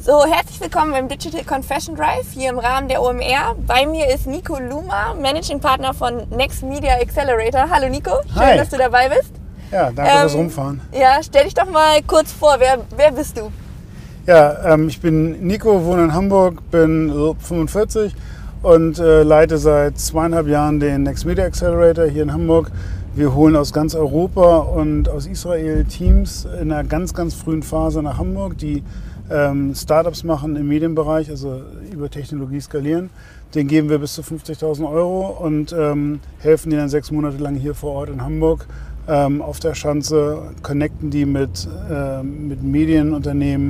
So, herzlich willkommen beim Digital Confession Drive hier im Rahmen der OMR. Bei mir ist Nico Luma, Managing Partner von Next Media Accelerator. Hallo Nico, schön, Hi. dass du dabei bist. Ja, danke fürs Rumfahren. Ja, stell dich doch mal kurz vor, wer bist du? Ja, ich bin Nico, wohne in Hamburg, bin 45 und leite seit 2,5 Jahren den Next Media Accelerator hier in Hamburg. Wir holen aus ganz Europa und aus Israel Teams in einer ganz, ganz frühen Phase nach Hamburg, die Startups machen im Medienbereich, also über Technologie skalieren. Den geben wir bis zu 50.000 Euro und helfen denen dann 6 Monate lang hier vor Ort in Hamburg auf der Schanze, connecten die mit Medienunternehmen,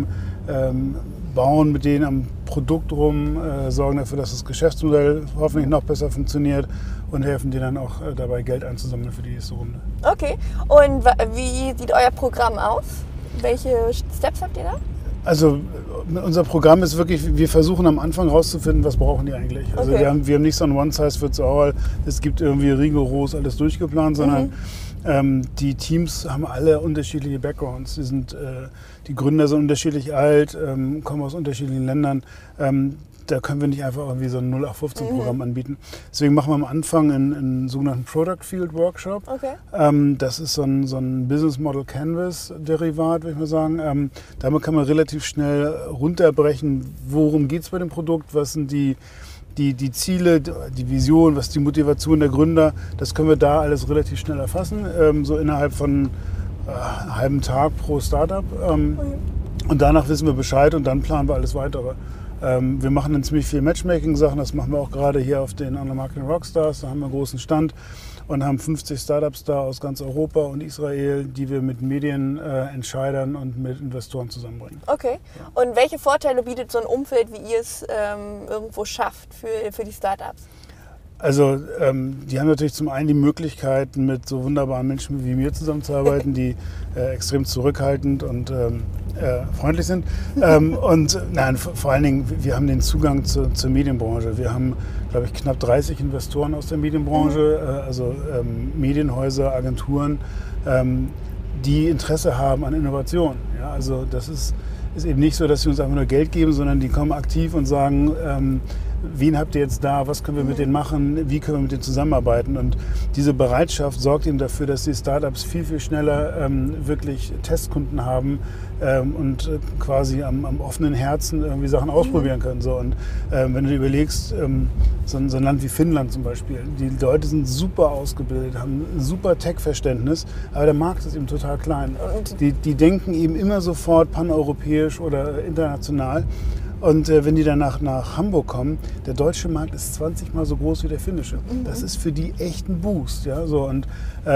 bauen mit denen am Produkt rum, sorgen dafür, dass das Geschäftsmodell hoffentlich noch besser funktioniert und helfen denen dann auch dabei, Geld einzusammeln für die nächste Runde. Okay, und wie sieht euer Programm aus? Welche Steps habt ihr da? Also unser Programm ist wirklich, wir versuchen am Anfang rauszufinden, was brauchen die eigentlich. Also Okay. wir haben nicht so ein One-Size-Fits-All, es gibt irgendwie rigoros alles durchgeplant, sondern die Teams haben alle unterschiedliche Backgrounds. Die Gründer sind unterschiedlich alt, kommen aus unterschiedlichen Ländern. Da können wir nicht einfach irgendwie so ein 0815-Programm anbieten. Deswegen machen wir am Anfang einen sogenannten Product Field Workshop. Okay. Das ist so ein Business Model Canvas Derivat, würde ich mal sagen. Damit kann man relativ schnell runterbrechen, worum geht es bei dem Produkt, was sind die Ziele, die Vision, was ist die Motivation der Gründer. Das können wir da alles relativ schnell erfassen, so innerhalb von einem halben Tag pro Startup. Und danach wissen wir Bescheid und dann planen wir alles Weitere. Wir machen dann ziemlich viel Matchmaking-Sachen, das machen wir auch gerade hier auf den Online Marketing Rockstars. Da haben wir einen großen Stand und haben 50 Startups da aus ganz Europa und Israel, die wir mit Medienentscheidern und mit Investoren zusammenbringen. Okay. Und welche Vorteile bietet so ein Umfeld, wie ihr es irgendwo schafft für die Startups? Also die haben natürlich zum einen die Möglichkeit, mit so wunderbaren Menschen wie mir zusammenzuarbeiten, die extrem zurückhaltend und freundlich sind. Und nein, vor allen Dingen, wir haben den Zugang zur Medienbranche. Wir haben, glaube ich, knapp 30 Investoren aus der Medienbranche, also Medienhäuser, Agenturen, die Interesse haben an Innovation. Ja, also das ist eben nicht so, dass sie uns einfach nur Geld geben, sondern die kommen aktiv und sagen, wen habt ihr jetzt da, was können wir mit denen machen, wie können wir mit denen zusammenarbeiten. Und diese Bereitschaft sorgt eben dafür, dass die Startups viel, viel schneller wirklich Testkunden haben und quasi am offenen Herzen irgendwie Sachen ausprobieren können. So. Und wenn du dir überlegst, so ein Land wie Finnland zum Beispiel, die Leute sind super ausgebildet, haben ein super Tech-Verständnis, aber der Markt ist eben total klein. Die denken eben immer sofort paneuropäisch oder international. Und wenn die dann nach Hamburg kommen, der deutsche Markt ist 20 Mal so groß wie der finnische. Das ist für die echt ein Boost. Ja? So, und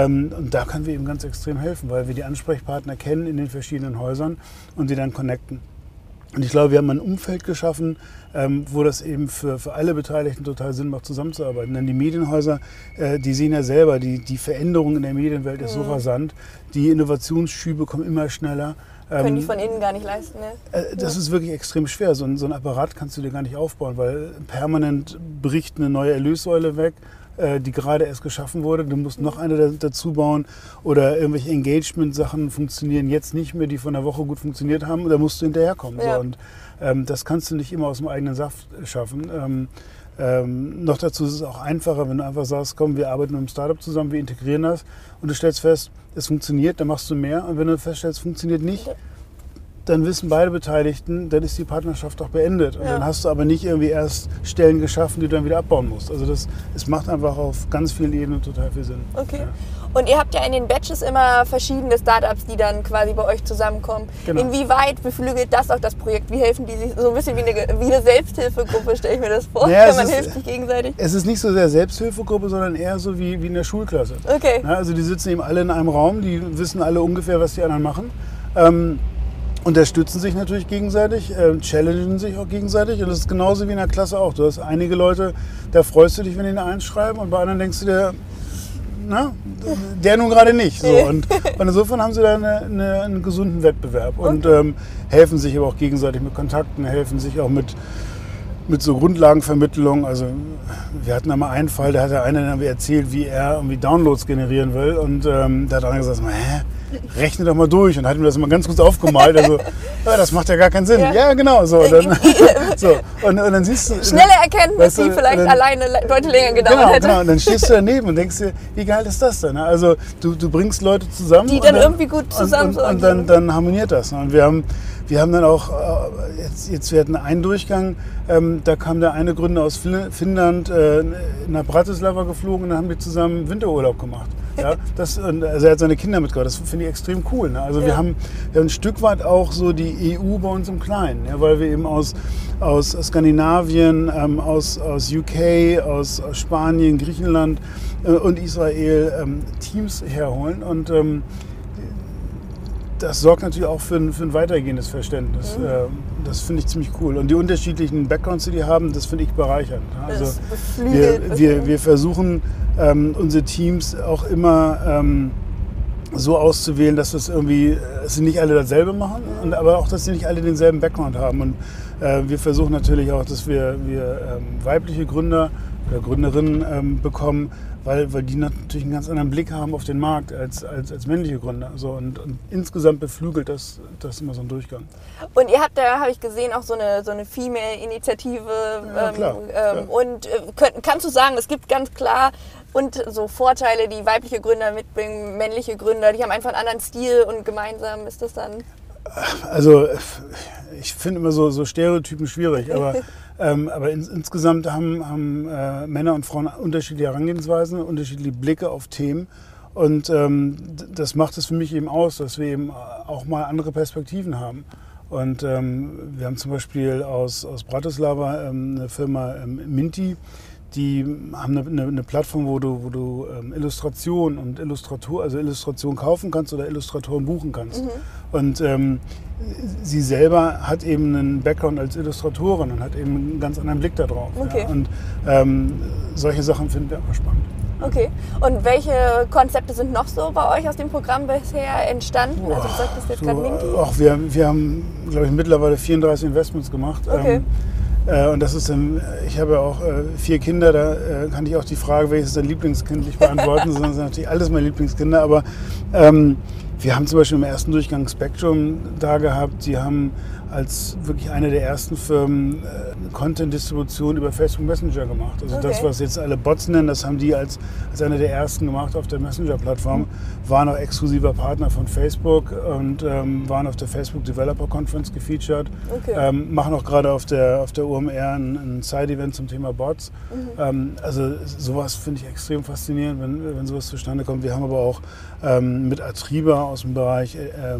da können wir eben ganz extrem helfen, weil wir die Ansprechpartner kennen in den verschiedenen Häusern und die dann connecten. Und ich glaube, wir haben ein Umfeld geschaffen, wo das eben für alle Beteiligten total Sinn macht, zusammenzuarbeiten. Denn die Medienhäuser, die sehen ja selber, die Veränderung in der Medienwelt ist so rasant, die Innovationsschübe kommen immer schneller. Können die von innen gar nicht leisten, ne? Das ist wirklich extrem schwer. So ein Apparat kannst du dir gar nicht aufbauen, weil permanent bricht eine neue Erlössäule weg, die gerade erst geschaffen wurde. Du musst noch eine dazu bauen oder irgendwelche Engagement-Sachen funktionieren jetzt nicht mehr, die von der Woche gut funktioniert haben. Da musst du hinterherkommen. Ja. So. Und das kannst du nicht immer aus dem eigenen Saft schaffen. Noch dazu ist es auch einfacher, wenn du einfach sagst, komm, wir arbeiten mit einem Startup zusammen, wir integrieren das und du stellst fest, es funktioniert, dann machst du mehr und wenn du feststellst, es funktioniert nicht, dann wissen beide Beteiligten, dann ist die Partnerschaft auch beendet. Und dann hast du aber nicht irgendwie erst Stellen geschaffen, die du dann wieder abbauen musst. Also es macht einfach auf ganz vielen Ebenen total viel Sinn. Okay. Ja. Und ihr habt ja in den Batches immer verschiedene Startups, die dann quasi bei euch zusammenkommen. Genau. Inwieweit beflügelt das auch das Projekt? Wie helfen die sich? So ein bisschen wie eine Selbsthilfegruppe, stelle ich mir das vor. Naja, Man hilft sich gegenseitig. Es ist nicht so sehr Selbsthilfegruppe, sondern eher so wie in der Schulklasse. Okay. Ja, also die sitzen eben alle in einem Raum, die wissen alle ungefähr, was die anderen machen. Unterstützen sich natürlich gegenseitig, challengen sich auch gegenseitig und das ist genauso wie in der Klasse auch. Du hast einige Leute, da freust du dich, wenn die eine 1 schreiben und bei anderen denkst du dir, na, der nun gerade nicht. So. Und insofern haben sie da einen gesunden Wettbewerb und helfen sich aber auch gegenseitig mit Kontakten, helfen sich auch mit so Grundlagenvermittlung. Also wir hatten einmal einen Fall, da hat der eine dann erzählt, wie er irgendwie Downloads generieren will und da hat einer gesagt, rechne doch mal durch und hat ihm das mal ganz kurz aufgemalt. Also, das macht ja gar keinen Sinn. Ja, genau. So, und dann siehst du... Schnelle Erkenntnis, die vielleicht alleine deutlich länger gedauert hätte. Genau, und dann stehst du daneben und denkst dir, wie geil ist das denn? Also du bringst Leute zusammen. Die dann irgendwie gut zusammen und dann harmoniert das. Und wir haben dann auch, wir hatten einen Durchgang, da kam der eine Gründer aus Finnland nach Bratislava geflogen und dann haben wir zusammen Winterurlaub gemacht. Ja, also er hat seine Kinder mitgebracht, das finde ich extrem cool. Ne? Also wir haben ein Stück weit auch so die EU bei uns im Kleinen, ja, weil wir eben aus Skandinavien, aus UK, aus Spanien, Griechenland und Israel Teams herholen und das sorgt natürlich auch für ein weitergehendes Verständnis. Das finde ich ziemlich cool. Und die unterschiedlichen Backgrounds, die haben, das finde ich bereichernd. Also wir versuchen unsere Teams auch immer so auszuwählen, dass es sie nicht alle dasselbe machen, aber auch, dass sie nicht alle denselben Background haben. Und wir versuchen natürlich auch, dass wir weibliche Gründer oder Gründerinnen bekommen, weil die natürlich einen ganz anderen Blick haben auf den Markt als männliche Gründer. So, und insgesamt beflügelt das immer so ein Durchgang. Und ihr habt da, habe ich gesehen, auch so eine Female-Initiative. Ja, klar. Und kannst du sagen, es gibt ganz klar und so Vorteile, die weibliche Gründer mitbringen, männliche Gründer, die haben einfach einen anderen Stil und gemeinsam ist das dann... Also ich finde immer so Stereotypen schwierig, aber insgesamt haben Männer und Frauen unterschiedliche Herangehensweisen, unterschiedliche Blicke auf Themen und das macht es für mich eben aus, dass wir eben auch mal andere Perspektiven haben. Und wir haben zum Beispiel aus Bratislava eine Firma Minty, die haben eine Plattform, wo du Illustration und Illustration kaufen kannst oder Illustratoren buchen kannst. Und sie selber hat eben einen Background als Illustratorin und hat eben einen ganz anderen Blick darauf. Okay. Ja. Und solche Sachen finden wir einfach spannend. Okay. Und welche Konzepte sind noch so bei euch aus dem Programm bisher entstanden? Also du sagtest jetzt gerade Minty. Wir haben, glaube ich, mittlerweile 34 Investments gemacht. Okay. Und das ist dann, ich habe ja auch 4 Kinder, da kann ich auch die Frage, welches ist dein Lieblingskind, nicht beantworten, sondern das sind natürlich alles meine Lieblingskinder. Aber wir haben zum Beispiel im ersten Durchgang Spectrum da gehabt, die haben als wirklich eine der ersten Firmen Content-Distribution über Facebook Messenger gemacht. Also das, was jetzt alle Bots nennen, das haben die als eine der ersten gemacht auf der Messenger-Plattform, waren auch exklusiver Partner von Facebook und waren auf der Facebook Developer Conference gefeatured, machen auch gerade auf der OMR ein Side-Event zum Thema Bots. Also sowas finde ich extrem faszinierend, wenn sowas zustande kommt. Wir haben aber auch mit Atriba aus dem Bereich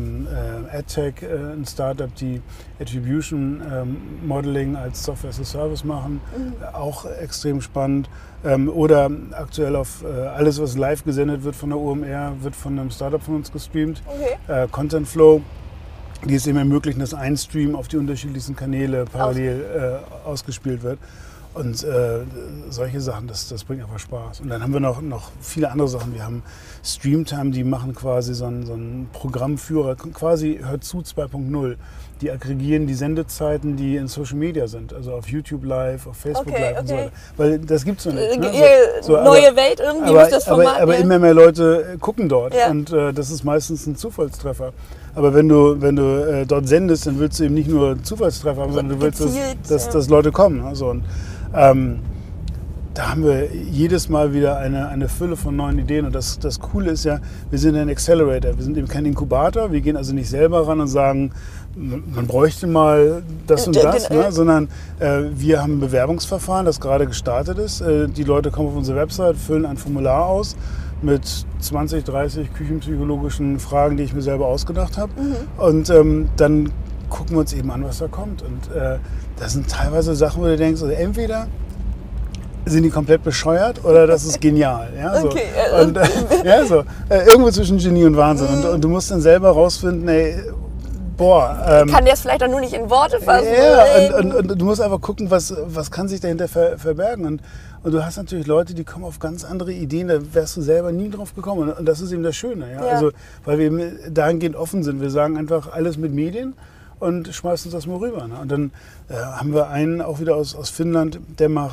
AdTech ein Startup, die Attribution Modeling als Software as a Service machen, auch extrem spannend. Oder aktuell auf alles, was live gesendet wird von der OMR, wird von einem Startup von uns gestreamt, Content Flow, die es eben ermöglichen, dass ein Stream auf die unterschiedlichsten Kanäle parallel ausgespielt wird. Und solche Sachen, das bringt einfach Spaß. Und dann haben wir noch viele andere Sachen. Wir haben Streamtime, die machen quasi so einen Programmführer, quasi Hört zu 2.0. Die aggregieren die Sendezeiten, die in Social Media sind. Also auf YouTube Live, auf Facebook Live und so weiter. Weil das gibt es noch nicht. Ne? Neue Welt irgendwie muss das Format. Aber immer mehr Leute gucken dort. Ja. Und das ist meistens ein Zufallstreffer. Aber wenn du dort sendest, dann willst du eben nicht nur Zufallstreffer haben, sondern du willst, dass Leute kommen. Also, und da haben wir jedes Mal wieder eine Fülle von neuen Ideen. Und das Coole ist ja, wir sind ein Accelerator. Wir sind eben kein Inkubator. Wir gehen also nicht selber ran und sagen, man bräuchte mal das und das, ne? Sondern wir haben ein Bewerbungsverfahren, das gerade gestartet ist. Die Leute kommen auf unsere Website, füllen ein Formular aus mit 20, 30 küchenpsychologischen Fragen, die ich mir selber ausgedacht habe. Und dann gucken wir uns eben an, was da kommt. Und das sind teilweise Sachen, wo du denkst, also entweder sind die komplett bescheuert oder das ist genial. Ja, so. Okay. Und, irgendwo zwischen Genie und Wahnsinn. Und du musst dann selber rausfinden, kann der es vielleicht auch nur nicht in Worte fassen. Ja, und du musst einfach gucken, was kann sich dahinter verbergen. Und du hast natürlich Leute, die kommen auf ganz andere Ideen, da wärst du selber nie drauf gekommen. Und das ist eben das Schöne. Ja? Also, weil wir eben dahingehend offen sind. Wir sagen einfach alles mit Medien und schmeißen uns das mal rüber. Ne? Und dann haben wir einen auch wieder aus Finnland, der macht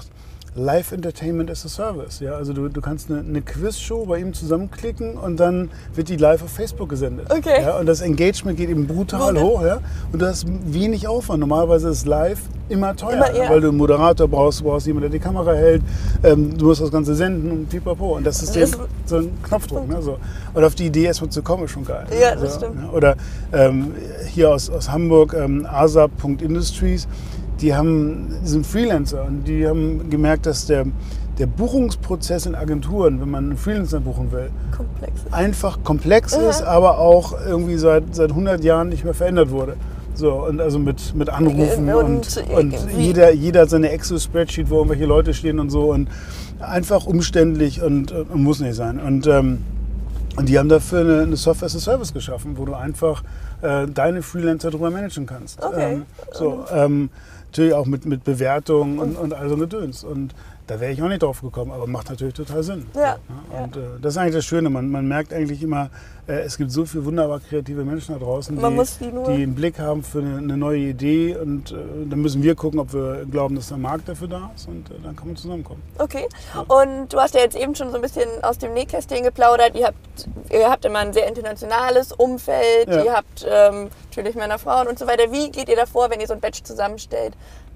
Live Entertainment as a Service. Ja? Also du kannst eine Quizshow bei ihm zusammenklicken und dann wird die live auf Facebook gesendet. Okay. Ja? Und das Engagement geht eben brutal hoch. Ja? Und du hast wenig Aufwand. Normalerweise ist live immer teuer, weil du einen Moderator brauchst, du brauchst jemanden, der die Kamera hält, du musst das Ganze senden und pipapo. Und das ist so ein Knopfdruck. Ne? So. Und auf die Idee erstmal zu kommen, ist schon geil. Ja, das stimmt. Ne? Oder hier aus Hamburg, asap.industries, die sind Freelancer und die haben gemerkt, dass der Buchungsprozess in Agenturen, wenn man einen Freelancer buchen will, einfach komplex ist, aber auch irgendwie seit 100 Jahren nicht mehr verändert wurde. So, und also mit Anrufen und jeder hat seine Excel-Spreadsheet, wo irgendwelche Leute stehen und so und einfach umständlich und muss nicht sein. Und die haben dafür eine Software as a Service geschaffen, wo du einfach deine Freelancer drüber managen kannst. Okay. Natürlich auch mit Bewertungen und all so Gedöns. Und da wäre ich auch nicht drauf gekommen, aber macht natürlich total Sinn. Ja. Und das ist eigentlich das Schöne. Man merkt eigentlich immer, es gibt so viele wunderbar kreative Menschen da draußen, die einen Blick haben für eine neue Idee. Und dann müssen wir gucken, ob wir glauben, dass der Markt dafür da ist. Und dann kann man zusammenkommen. Okay. Und du hast ja jetzt eben schon so ein bisschen aus dem Nähkästchen geplaudert. Ihr habt immer ein sehr internationales Umfeld. Ja. Ihr habt natürlich Männer, Frauen und so weiter. Wie geht ihr da vor, wenn ihr so ein Batch zusammenstellt?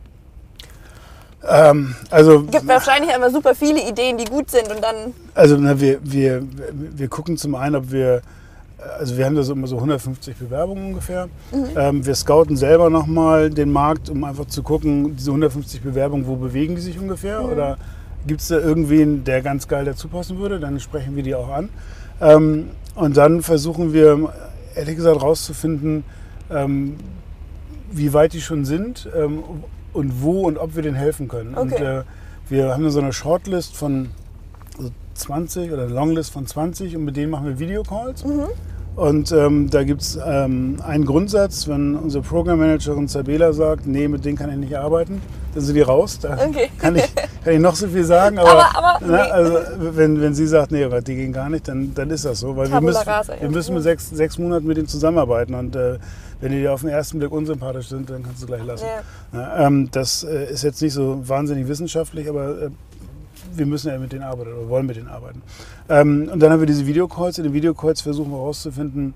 Gibt wahrscheinlich immer super viele Ideen, die gut sind und dann... Also wir gucken zum einen, ob wir haben da so immer so 150 Bewerbungen ungefähr. Wir scouten selber nochmal den Markt, um einfach zu gucken, diese 150 Bewerbungen, wo bewegen die sich ungefähr? Oder gibt es da irgendwen, der ganz geil dazu passen würde? Dann sprechen wir die auch an. Und dann versuchen wir, ehrlich gesagt, rauszufinden, wie weit die schon sind. Und wo und ob wir denen helfen können. Okay. Und wir haben so eine Shortlist von 20 oder eine Longlist von 20 und mit denen machen wir Videocalls. Und da gibt es einen Grundsatz, wenn unsere Programmmanagerin Sabela sagt, nee, mit denen kann ich nicht arbeiten, dann sind die raus. Da kann ich noch so viel sagen, aber also, wenn sie sagt, nee, die gehen gar nicht, dann ist das so. Weil wir müssen mit 6 Monaten mit denen zusammenarbeiten und wenn die dir auf den ersten Blick unsympathisch sind, dann kannst du gleich lassen. Ja. Das ist jetzt nicht so wahnsinnig wissenschaftlich, aber wir müssen ja mit denen arbeiten oder wollen mit denen arbeiten. Und dann haben wir diese Videocalls. In den Videocalls versuchen wir herauszufinden,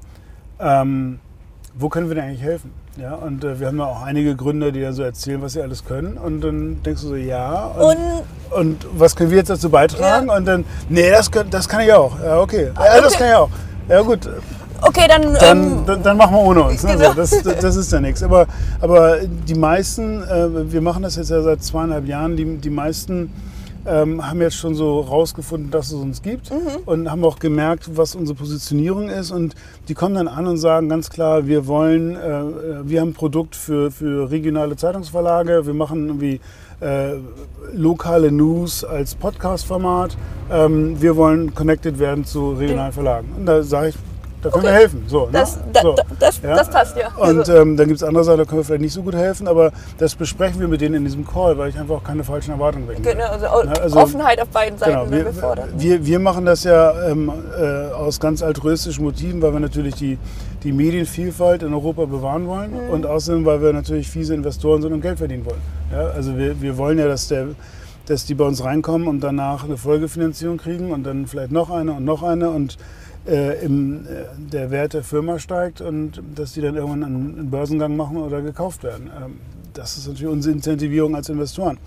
wo können wir denn eigentlich helfen? Ja, und wir haben ja auch einige Gründer, die dann so erzählen, was sie alles können. Und dann denkst du so, ja. Und was können wir jetzt dazu beitragen? Ja. Und dann, nee, das kann ich auch. Ja, okay. Ja, das kann ich auch. Ja, gut. Okay, dann machen wir ohne uns. Ne? Genau. So, das ist ja nichts. Aber die meisten, wir machen das jetzt ja seit 2,5 Jahren, die meisten haben jetzt schon so rausgefunden, dass es uns gibt und haben auch gemerkt, was unsere Positionierung ist. Und die kommen dann an und sagen ganz klar, wir haben ein Produkt für regionale Zeitungsverlage, wir machen irgendwie lokale News als Podcast-Format, wir wollen connected werden zu regionalen Verlagen. Und da sage ich, da können wir helfen. So, das passt ja. Und dann gibt es andere Sachen, da können wir vielleicht nicht so gut helfen, aber das besprechen wir mit denen in diesem Call, weil ich einfach auch keine falschen Erwartungen wecken will. Genau, also Offenheit auf beiden Seiten gefordert. Wir machen das ja aus ganz altruistischen Motiven, weil wir natürlich die Medienvielfalt in Europa bewahren wollen und außerdem, weil wir natürlich fiese Investoren sind und Geld verdienen wollen. Ja, also wir wollen ja, dass die bei uns reinkommen und danach eine Folgefinanzierung kriegen und dann vielleicht noch eine und der Wert der Firma steigt und dass die dann irgendwann einen Börsengang machen oder gekauft werden. Das ist natürlich unsere Incentivierung als Investoren.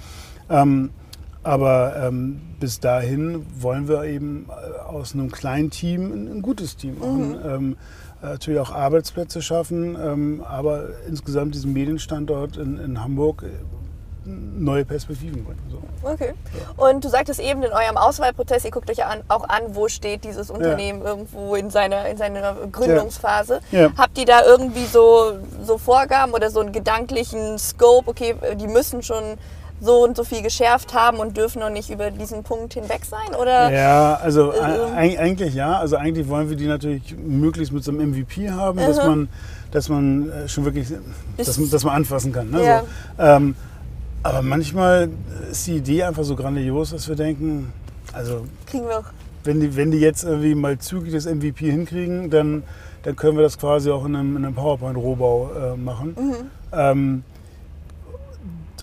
Aber bis dahin wollen wir eben aus einem kleinen Team ein gutes Team machen. Natürlich auch Arbeitsplätze schaffen, aber insgesamt diesen Medienstandort in Hamburg neue Perspektiven bringen. So. Okay. Und du sagtest eben in eurem Auswahlprozess, ihr guckt euch auch an, wo steht dieses Unternehmen irgendwo in seiner Gründungsphase. Ja. Habt ihr da irgendwie so Vorgaben oder so einen gedanklichen Scope, okay, die müssen schon so und so viel geschärft haben und dürfen noch nicht über diesen Punkt hinweg sein? Oder? Ja, also eigentlich ja. Also eigentlich wollen wir die natürlich möglichst mit so einem MVP haben, dass man schon wirklich, dass man anfassen kann. Ne? Ja. So. Aber manchmal ist die Idee einfach so grandios, dass wir denken, also kriegen wir auch. Wenn die jetzt irgendwie mal zügig das MVP hinkriegen, dann können wir das quasi auch in einem PowerPoint-Rohbau machen.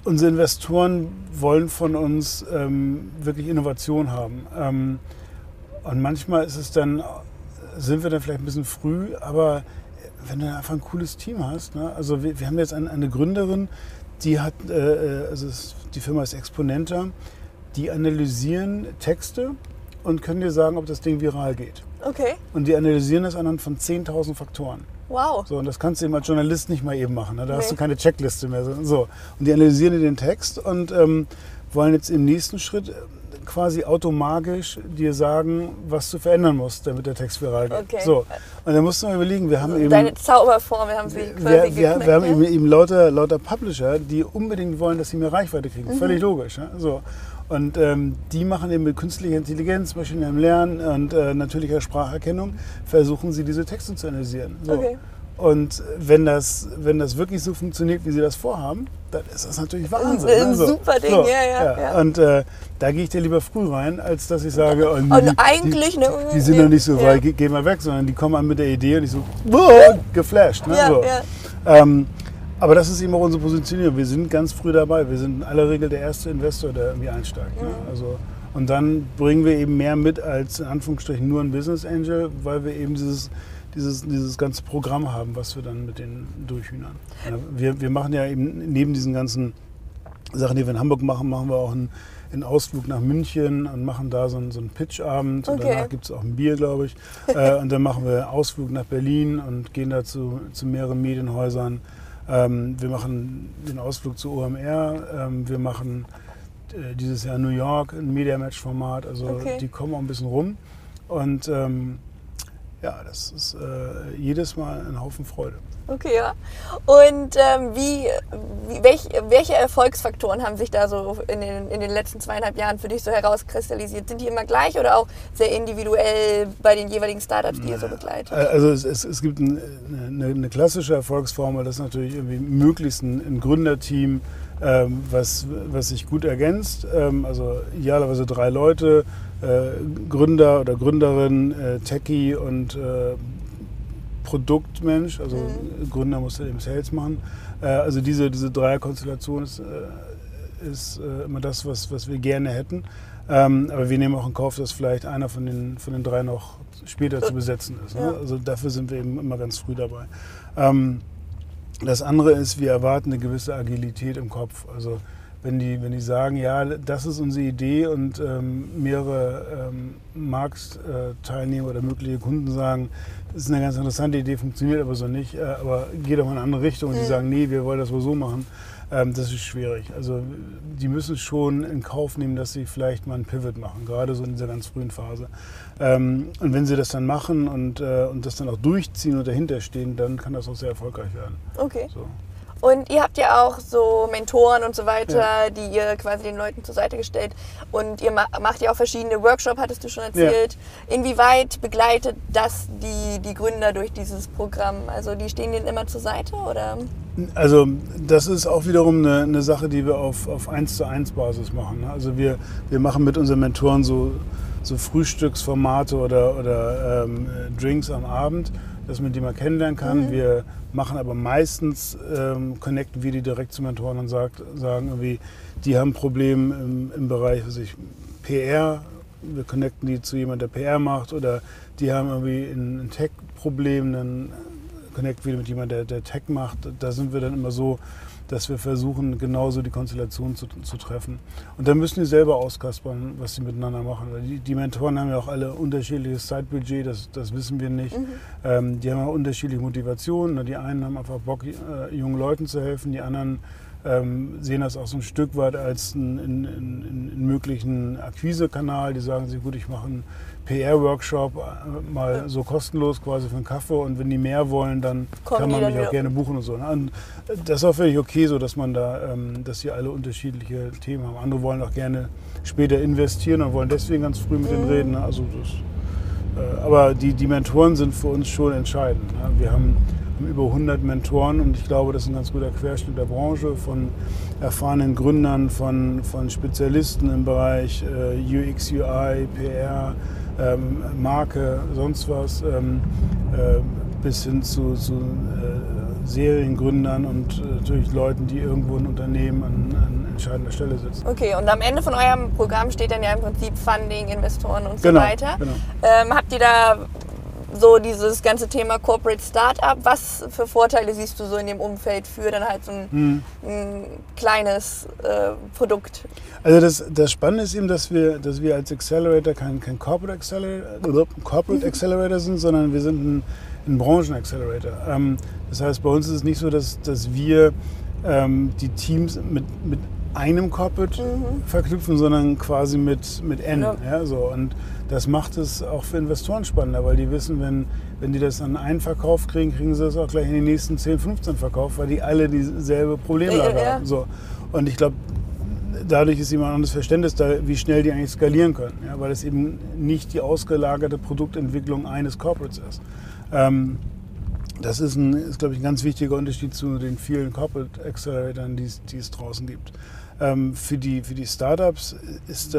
unsere Investoren wollen von uns wirklich Innovation haben. Und manchmal sind wir dann vielleicht ein bisschen früh, aber wenn du einfach ein cooles Team hast, ne? Also wir haben jetzt eine Gründerin, die hat, die Firma ist Exponenta, die analysieren Texte und können dir sagen, ob das Ding viral geht. Okay. Und die analysieren das anhand von 10.000 Faktoren. Wow. So, und das kannst du eben als Journalist nicht mal eben machen. Ne? Da hast du keine Checkliste mehr. So. Und die analysieren den Text und wollen jetzt im nächsten Schritt quasi automagisch dir sagen, was du verändern musst, damit der Text viral geht. Okay. So. Und dann musst du mal überlegen, wir haben also eben... Deine Zauberformel haben sie quasi geknackt. Wir haben eben lauter Publisher, die unbedingt wollen, dass sie mehr Reichweite kriegen. Völlig logisch. Ne? So. Und die machen eben mit künstlicher Intelligenz, maschinellem Lernen und natürlicher Spracherkennung, versuchen sie diese Texte zu analysieren. So. Okay. Und wenn das wirklich so funktioniert, wie sie das vorhaben, dann ist das natürlich Wahnsinn. Ein super Ding, so. Ja. Und da gehe ich dir lieber früh rein, als dass ich sage, oh, die sind noch nicht so weit, geh mal weg, sondern die kommen an mit der Idee und ich so, geflasht. Ne? Ja, so. ja. Aber das ist eben auch unsere Positionierung. Wir sind ganz früh dabei. Wir sind in aller Regel der erste Investor, der irgendwie einsteigt. Ne? Also, und dann bringen wir eben mehr mit als in Anführungsstrichen nur ein Business Angel, weil wir eben dieses ganze Programm haben, was wir dann mit denen durchhühnern. Ja, wir machen ja eben neben diesen ganzen Sachen, die wir in Hamburg machen, machen wir auch einen Ausflug nach München und machen da so einen Pitch-Abend. Und danach gibt es auch ein Bier, glaube ich. Und dann machen wir einen Ausflug nach Berlin und gehen da zu mehreren Medienhäusern. Wir machen den Ausflug zu OMR. Wir machen dieses Jahr New York ein Media-Match-Format. Also die kommen auch ein bisschen rum. Und ja, das ist jedes Mal ein Haufen Freude. Okay, ja. Und welche Erfolgsfaktoren haben sich da so in den letzten 2,5 Jahren für dich so herauskristallisiert? Sind die immer gleich oder auch sehr individuell bei den jeweiligen Startups, die ihr so begleitet? Also es gibt eine klassische Erfolgsformel, das ist natürlich irgendwie möglichst ein Gründerteam, was sich gut ergänzt. Also idealerweise 3 Leute, Gründer oder Gründerin, Techie und Produktmensch, also Gründer muss eben Sales machen. Also diese Dreierkonstellation ist immer das, was wir gerne hätten. Aber wir nehmen auch in Kauf, dass vielleicht einer von den 3 noch später zu besetzen ist. Ne? Ja. Also dafür sind wir eben immer ganz früh dabei. Das andere ist, wir erwarten eine gewisse Agilität im Kopf. Also wenn die sagen, ja, das ist unsere Idee und mehrere Marktteilnehmer oder mögliche Kunden sagen, das ist eine ganz interessante Idee, funktioniert aber so nicht, aber geht doch mal in eine andere Richtung und die sagen, nee, wir wollen das wohl so machen, das ist schwierig. Also die müssen schon in Kauf nehmen, dass sie vielleicht mal einen Pivot machen, gerade so in dieser ganz frühen Phase. Und wenn sie das dann machen und das dann auch durchziehen und dahinter stehen, dann kann das auch sehr erfolgreich werden. Okay. So. Und ihr habt ja auch so Mentoren und so weiter, die ihr quasi den Leuten zur Seite gestellt. Und ihr macht ja auch verschiedene Workshops, hattest du schon erzählt. Ja. Inwieweit begleitet das die Gründer durch dieses Programm? Also die stehen denen immer zur Seite, oder? Also das ist auch wiederum eine Sache, die wir auf 1:1 Basis machen. Also wir machen mit unseren Mentoren so Frühstücksformate oder Drinks am Abend, dass man die mal kennenlernen kann. Wir machen aber meistens, connecten wir die direkt zu Mentoren und sagen irgendwie, die haben ein Problem im Bereich PR. Wir connecten die zu jemandem, der PR macht, oder die haben irgendwie ein Tech-Problem, dann connecten wir mit jemandem, der Tech macht. Da sind wir dann immer so, dass wir versuchen, genauso die Konstellation zu treffen. Und dann müssen die selber auskaspern, was sie miteinander machen. Die Mentoren haben ja auch alle unterschiedliches Zeitbudget, das wissen wir nicht. Die haben auch unterschiedliche Motivationen. Die einen haben einfach Bock, jungen Leuten zu helfen, die anderen sehen das auch so ein Stück weit als einen möglichen Akquisekanal. Die sagen sich, gut, ich mache einen PR-Workshop mal so kostenlos quasi für einen Kaffee, und wenn die mehr wollen, dann kann man mich auch gerne buchen und so. Und das ist auch völlig okay so, dass man dass sie alle unterschiedliche Themen haben. Andere wollen auch gerne später investieren und wollen deswegen ganz früh mit denen reden. Also aber die Mentoren sind für uns schon entscheidend. Wir haben über 100 Mentoren und ich glaube, das ist ein ganz guter Querschnitt der Branche, von erfahrenen Gründern, von Spezialisten im Bereich UX, UI, PR, Marke, sonst was, bis hin zu Seriengründern und natürlich Leuten, die irgendwo ein Unternehmen an entscheidender Stelle sitzen. Okay, und am Ende von eurem Programm steht dann ja im Prinzip Funding, Investoren und so Genau, weiter. genau. Habt ihr da so dieses ganze Thema Corporate Startup, was für Vorteile siehst du so in dem Umfeld für dann halt so ein kleines Produkt? Also das Spannende ist eben, dass wir als Accelerator kein Corporate Accelerator sind, sondern wir sind ein Branchen-Accelerator. Das heißt, bei uns ist es nicht so, dass wir die Teams mit einem Corporate verknüpfen, sondern quasi mit N. Ja, so. Und das macht es auch für Investoren spannender, weil die wissen, wenn die das an einen Verkauf kriegen, kriegen sie das auch gleich in den nächsten 10, 15 Verkauf, weil die alle dieselbe Problemlage haben. So. Und ich glaube, dadurch ist immer ein anderes Verständnis da, wie schnell die eigentlich skalieren können, ja, weil es eben nicht die ausgelagerte Produktentwicklung eines Corporates ist. Das ist glaube ich, ein ganz wichtiger Unterschied zu den vielen Corporate Acceleratoren, die es draußen gibt. Für die Startups ist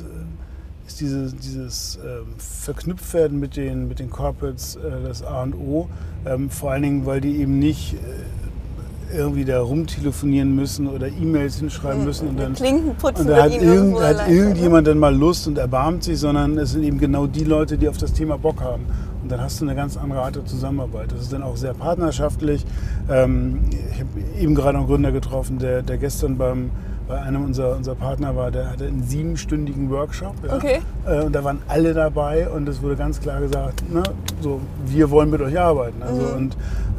dieses Verknüpftwerden mit den Corporates das A und O, vor allen Dingen, weil die eben nicht irgendwie da rumtelefonieren müssen oder E-Mails hinschreiben müssen und dann Klinken putzen, und da hat irgendjemand dann mal Lust und erbarmt sich, sondern es sind eben genau die Leute, die auf das Thema Bock haben. Und dann hast du eine ganz andere Art der Zusammenarbeit. Das ist dann auch sehr partnerschaftlich. Ich habe eben gerade einen Gründer getroffen, der gestern bei einem unserer Partner war, der hatte einen 7-stündigen Workshop. Ja. Okay. Und da waren alle dabei und es wurde ganz klar gesagt, ne, so, wir wollen mit euch arbeiten. Also, und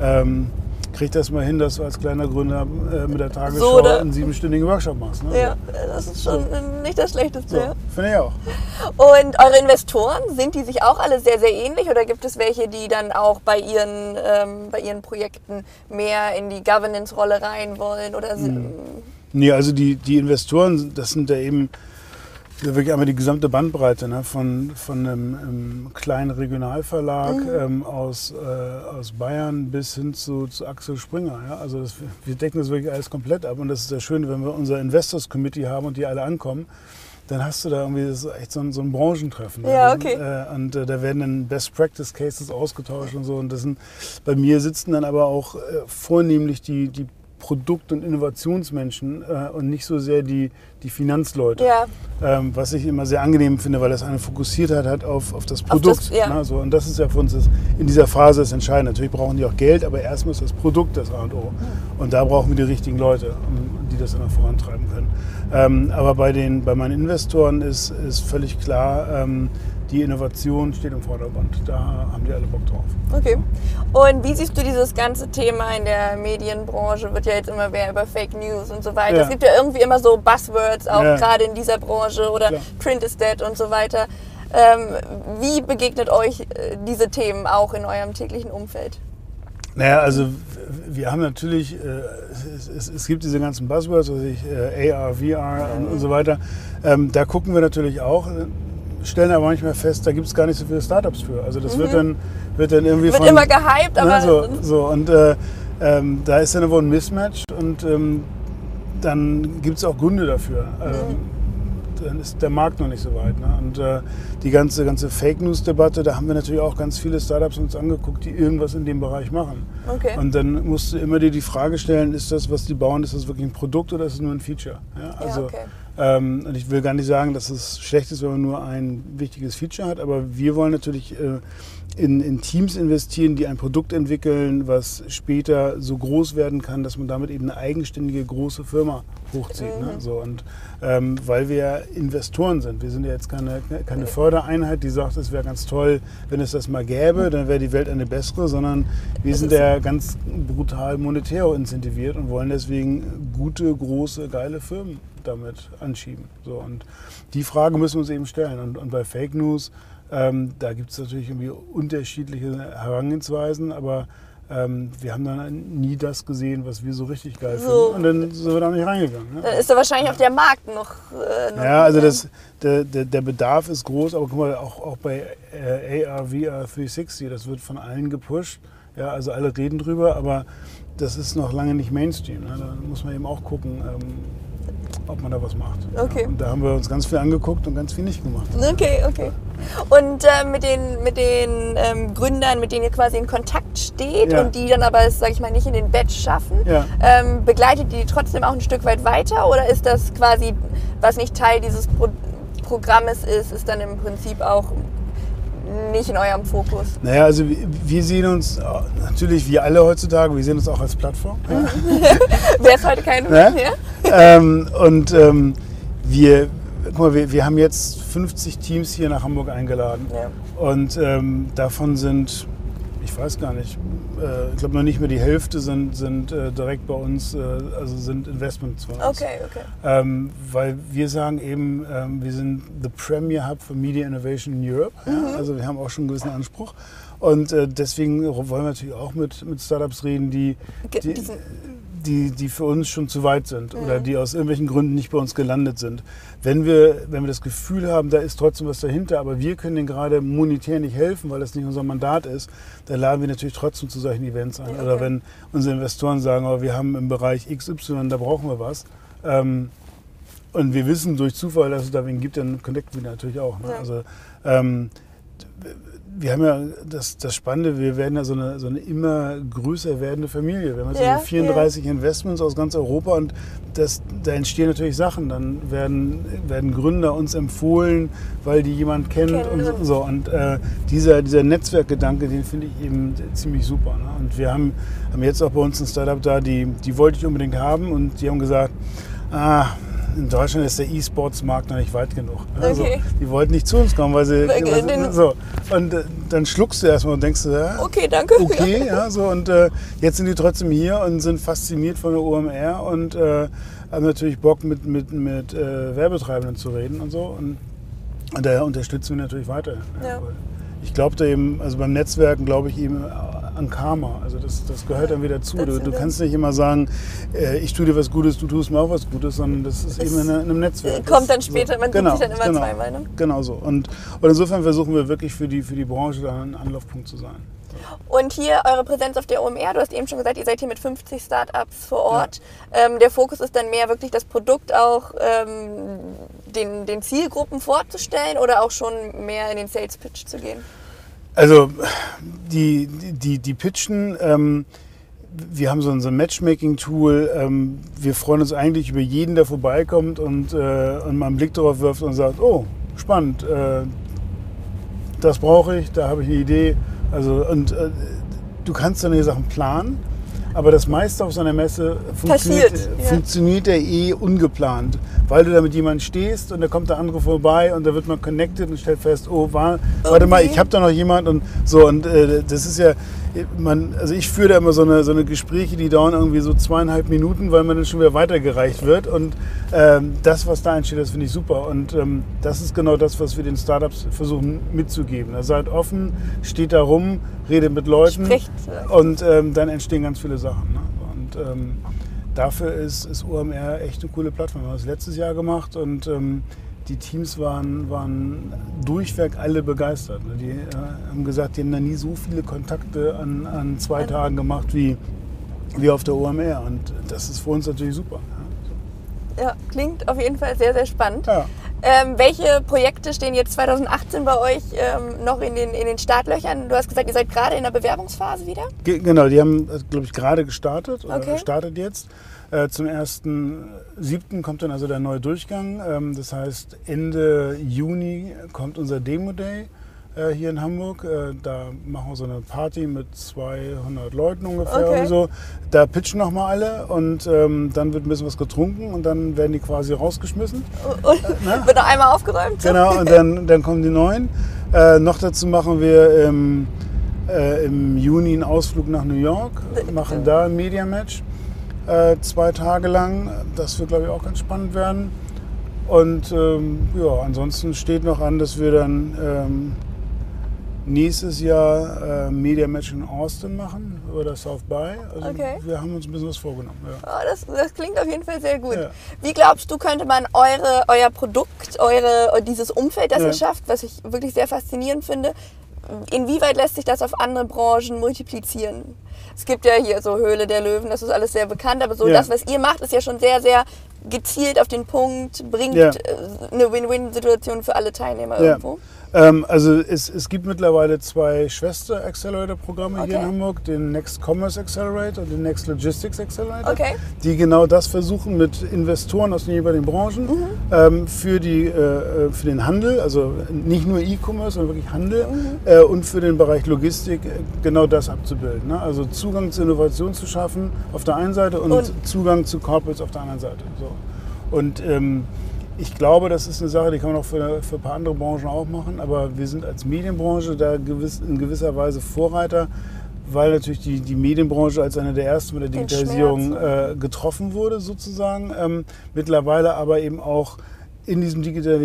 krieg das mal hin, dass du als kleiner Gründer mit der Tagesschau einen 7-stündigen Workshop machst. Ne? Ja, das ist schon nicht das Schlechteste. So, ja. Finde ich auch. Und eure Investoren, sind die sich auch alle sehr, sehr ähnlich oder gibt es welche, die dann auch bei ihren Projekten mehr in die Governance-Rolle rein wollen? Oder Nee, also die Investoren, das sind ja eben wirklich einmal die gesamte Bandbreite, ne? Von einem kleinen Regionalverlag aus Bayern bis hin zu Axel Springer. Ja? Also wir decken das wirklich alles komplett ab und das ist sehr schön, wenn wir unser Investors Committee haben und die alle ankommen, dann hast du da irgendwie echt so ein Branchentreffen. Ne? Ja, okay. Und da werden dann Best Practice Cases ausgetauscht und so. Und bei mir sitzen dann aber auch vornehmlich die Produkt- und Innovationsmenschen und nicht so sehr die Finanzleute. Ja. Was ich immer sehr angenehm finde, weil das eine Fokussiertheit hat auf das Produkt. Ne, so. Und das ist ja für uns in dieser Phase das Entscheidende. Natürlich brauchen die auch Geld, aber erstmal ist das Produkt das A und O. Und da brauchen wir die richtigen Leute, die das dann auch vorantreiben können. Aber bei meinen Investoren ist völlig klar, die Innovation steht im Vordergrund. Da haben die alle Bock drauf. Okay. Und wie siehst du dieses ganze Thema in der Medienbranche? Wird ja jetzt immer mehr über Fake News und so weiter. Ja. Es gibt ja irgendwie immer so Buzzwords, auch gerade in dieser Branche oder Print is dead und so weiter. Wie begegnet euch diese Themen auch in eurem täglichen Umfeld? Naja, also wir haben natürlich, es gibt diese ganzen Buzzwords, AR, VR und so weiter. Da gucken wir natürlich auch. Stellen aber manchmal fest, da gibt es gar nicht so viele Startups für. Also das wird dann irgendwie wird immer gehypt, aber und da ist dann aber ein Mismatch und dann gibt es auch Gründe dafür. Dann ist der Markt noch nicht so weit. Ne? Und die ganze Fake News Debatte, da haben wir natürlich auch ganz viele Startups uns angeguckt, die irgendwas in dem Bereich machen. Okay. Und dann musst du immer dir die Frage stellen, ist das, was die bauen, ist das wirklich ein Produkt oder ist es nur ein Feature? Ja, also, okay. Und ich will gar nicht sagen, dass es schlecht ist, wenn man nur ein wichtiges Feature hat, aber wir wollen natürlich in Teams investieren, die ein Produkt entwickeln, was später so groß werden kann, dass man damit eben eine eigenständige große Firma hochzieht. Ne? So, und weil wir Investoren sind. Wir sind ja jetzt keine Fördereinheit, die sagt, es wäre ganz toll, wenn es das mal gäbe, dann wäre die Welt eine bessere, sondern wir sind ja ganz brutal monetär incentiviert und wollen deswegen gute, große, geile Firmen damit anschieben. So, und die Frage müssen wir uns eben stellen. Und bei Fake News, da gibt es natürlich irgendwie unterschiedliche Herangehensweisen, aber wir haben dann nie das gesehen, was wir so richtig geil finden. Und dann sind wir da nicht reingegangen. Ne? Dann ist da wahrscheinlich auch der Markt noch ja, also der Bedarf ist groß, aber guck mal, auch bei AR, VR 360, das wird von allen gepusht. Ja, also alle reden drüber, aber das ist noch lange nicht Mainstream. Ne? Da muss man eben auch gucken, ob man da was macht. Okay. Ja, und da haben wir uns ganz viel angeguckt und ganz viel nicht gemacht. Okay. Und mit den Gründern, mit denen ihr quasi in Kontakt steht und die dann aber es, sag ich mal, nicht in den Batch schaffen, begleitet ihr die trotzdem auch ein Stück weit weiter oder ist das quasi, was nicht Teil dieses Programmes ist dann im Prinzip auch nicht in eurem Fokus? Naja, also wir sehen uns natürlich, wie alle heutzutage, wir sehen uns auch als Plattform. Wer ist heute kein wir haben jetzt 50 Teams hier nach Hamburg eingeladen. Ja. Und davon sind, ich weiß gar nicht, ich glaube noch nicht mehr die Hälfte sind direkt bei uns, also sind Investments von uns. Okay. Weil wir sagen eben, wir sind the Premier Hub for Media Innovation in Europe. Ja? Also wir haben auch schon einen gewissen Anspruch. Und deswegen wollen wir natürlich auch mit Startups reden, die für uns schon zu weit sind oder die aus irgendwelchen Gründen nicht bei uns gelandet sind. Wenn wir das Gefühl haben, da ist trotzdem was dahinter, aber wir können denen gerade monetär nicht helfen, weil das nicht unser Mandat ist, dann laden wir natürlich trotzdem zu solchen Events ein. Okay. Oder wenn unsere Investoren sagen, oh, wir haben im Bereich XY, da brauchen wir was. Und wir wissen durch Zufall, dass es da wen gibt, dann connecten wir natürlich auch. Ne? Ja. Also, wir haben ja das Spannende, wir werden ja so eine immer größer werdende Familie. Wir haben jetzt 34 Investments aus ganz Europa und da entstehen natürlich Sachen. Dann werden Gründer uns empfohlen, weil die jemand kennt und so. Und dieser Netzwerkgedanke, den finde ich eben ziemlich super. Ne? Und wir haben jetzt auch bei uns ein Startup da, die wollte ich unbedingt haben und die haben gesagt, in Deutschland ist der E-Sports-Markt noch nicht weit genug. Also, die wollten nicht zu uns kommen, weil sie so. Und dann schluckst du erstmal und denkst, okay, danke. Okay, ja, so. Und jetzt sind die trotzdem hier und sind fasziniert von der OMR und haben natürlich Bock, mit Werbetreibenden zu reden und so. Und da unterstützen wir natürlich weiter. Ja. Ich glaube da eben, also beim Netzwerken glaube ich eben an Karma. Also das gehört dann wieder zu. Du kannst nicht immer sagen, ich tue dir was Gutes, du tust mir auch was Gutes, sondern das ist eben in einem Netzwerk. Kommt dann später, so. Man sieht sich dann immer zweimal. Ne? Genau so. Und insofern versuchen wir wirklich für die Branche da ein Anlaufpunkt zu sein. Und hier eure Präsenz auf der OMR, du hast eben schon gesagt, ihr seid hier mit 50 Startups vor Ort. Ja. Der Fokus ist dann mehr wirklich das Produkt auch den Zielgruppen vorzustellen oder auch schon mehr in den Sales Pitch zu gehen? Also die pitchen, wir haben so ein Matchmaking-Tool, wir freuen uns eigentlich über jeden, der vorbeikommt und mal einen Blick darauf wirft und sagt, oh, spannend, das brauche ich, da habe ich eine Idee. Also, du kannst deine Sachen planen, aber das meiste auf so einer Messe funktioniert ja ungeplant, weil du da mit jemandem stehst und da kommt der andere vorbei und da wird man connected und stellt fest, oh, warte mal, ich habe da noch jemand und so. Und das ist ja, also ich führe da immer so eine Gespräche, die dauern irgendwie so 2,5 Minuten, weil man dann schon wieder weitergereicht wird. Und das, was da entsteht, das finde ich super. Und das ist genau das, was wir den Startups versuchen mitzugeben. Also seid offen, steht da rum, redet mit Leuten und dann entstehen ganz viele Sachen. Ne? Und dafür ist OMR echt eine coole Plattform. Wir haben das letztes Jahr gemacht und die Teams waren durchweg alle begeistert. Die haben gesagt, die haben da nie so viele Kontakte an 2 Tagen gemacht wie auf der OMR. Und das ist für uns natürlich super. Ja, klingt auf jeden Fall sehr, sehr spannend. Ja. Welche Projekte stehen jetzt 2018 bei euch noch in den Startlöchern? Du hast gesagt, ihr seid gerade in der Bewerbungsphase wieder? Genau, die haben, glaube ich, gerade gestartet oder startet jetzt. Zum 1.7. kommt dann also der neue Durchgang. Das heißt, Ende Juni kommt unser Demo-Day hier in Hamburg. Da machen wir so eine Party mit 200 Leuten ungefähr. Okay. So. Da pitchen nochmal alle und dann wird ein bisschen was getrunken und dann werden die quasi rausgeschmissen. Wird noch einmal aufgeräumt. Genau, und dann kommen die neuen. Noch dazu machen wir im Juni einen Ausflug nach New York, machen da ein Media-Match. 2 Tage lang. Das wird, glaube ich, auch ganz spannend werden. Und ansonsten steht noch an, dass wir dann nächstes Jahr Media Match in Austin machen oder South by. Also wir haben uns ein bisschen was vorgenommen. Ja. Oh, das klingt auf jeden Fall sehr gut. Ja. Wie glaubst du, könnte man euer Produkt, dieses Umfeld, das ihr schafft, was ich wirklich sehr faszinierend finde, inwieweit lässt sich das auf andere Branchen multiplizieren? Es gibt ja hier so Höhle der Löwen, das ist alles sehr bekannt, aber so das, was ihr macht, ist ja schon sehr, sehr gezielt auf den Punkt, bringt eine Win-Win-Situation für alle Teilnehmer irgendwo? Also es gibt mittlerweile 2 Schwester-Accelerator-Programme hier in Hamburg, den Next Commerce Accelerator und den Next Logistics Accelerator, die genau das versuchen mit Investoren aus den jeweiligen Branchen für den Handel, also nicht nur E-Commerce, sondern wirklich Handel und für den Bereich Logistik genau das abzubilden. Ne? Also Zugang zu Innovation zu schaffen auf der einen Seite und Zugang zu Corporates auf der anderen Seite. So. Und ich glaube, das ist eine Sache, die kann man auch für ein paar andere Branchen auch machen, aber wir sind als Medienbranche da in gewisser Weise Vorreiter, weil natürlich die Medienbranche als eine der ersten mit der Digitalisierung getroffen wurde sozusagen, mittlerweile aber eben auch in diesem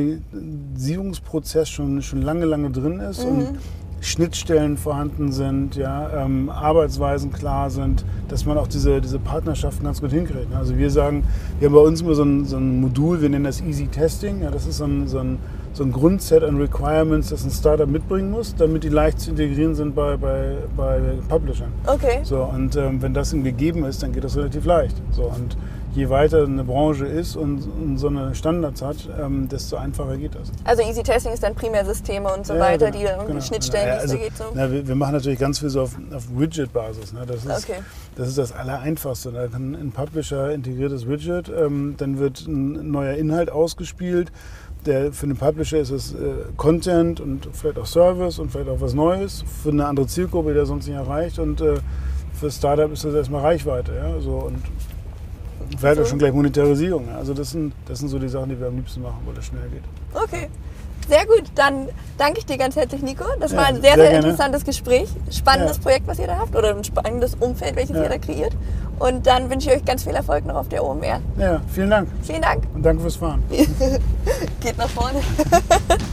Digitalisierungsprozess schon lange drin ist und Schnittstellen vorhanden sind, Arbeitsweisen klar sind, dass man auch diese Partnerschaften ganz gut hinkriegt. Also wir sagen, wir haben bei uns immer so ein Modul, wir nennen das Easy Testing. Ja, das ist so ein Grundset an Requirements, das ein Startup mitbringen muss, damit die leicht zu integrieren sind bei Publishern. Okay. So, und wenn das ihm gegeben ist, dann geht das relativ leicht. So, und je weiter eine Branche ist und so eine Standards hat, desto einfacher geht das. Also Easy Testing ist dann primär Systeme und so weiter, die irgendwie Schnittstellen, also, geht so? Wir machen natürlich ganz viel so auf Widget-Basis. Ne? Das ist das Allereinfachste. Da kann ein Publisher integriertes Widget, dann wird ein neuer Inhalt ausgespielt. Für den Publisher ist es Content und vielleicht auch Service und vielleicht auch was Neues für eine andere Zielgruppe, die er sonst nicht erreicht. Und für das Startup ist das erstmal Reichweite. Ja? So, und vielleicht auch schon gleich Monetarisierung. Also das sind so die Sachen, die wir am liebsten machen, weil das schnell geht. Okay, sehr gut. Dann danke ich dir ganz herzlich, Nico. Das war ein sehr interessantes Gespräch. Spannendes Projekt, was ihr da habt, oder ein spannendes Umfeld, welches ihr da kreiert. Und dann wünsche ich euch ganz viel Erfolg noch auf der OMR. Ja, vielen Dank. Vielen Dank. Und danke fürs Fahren. Geht nach vorne.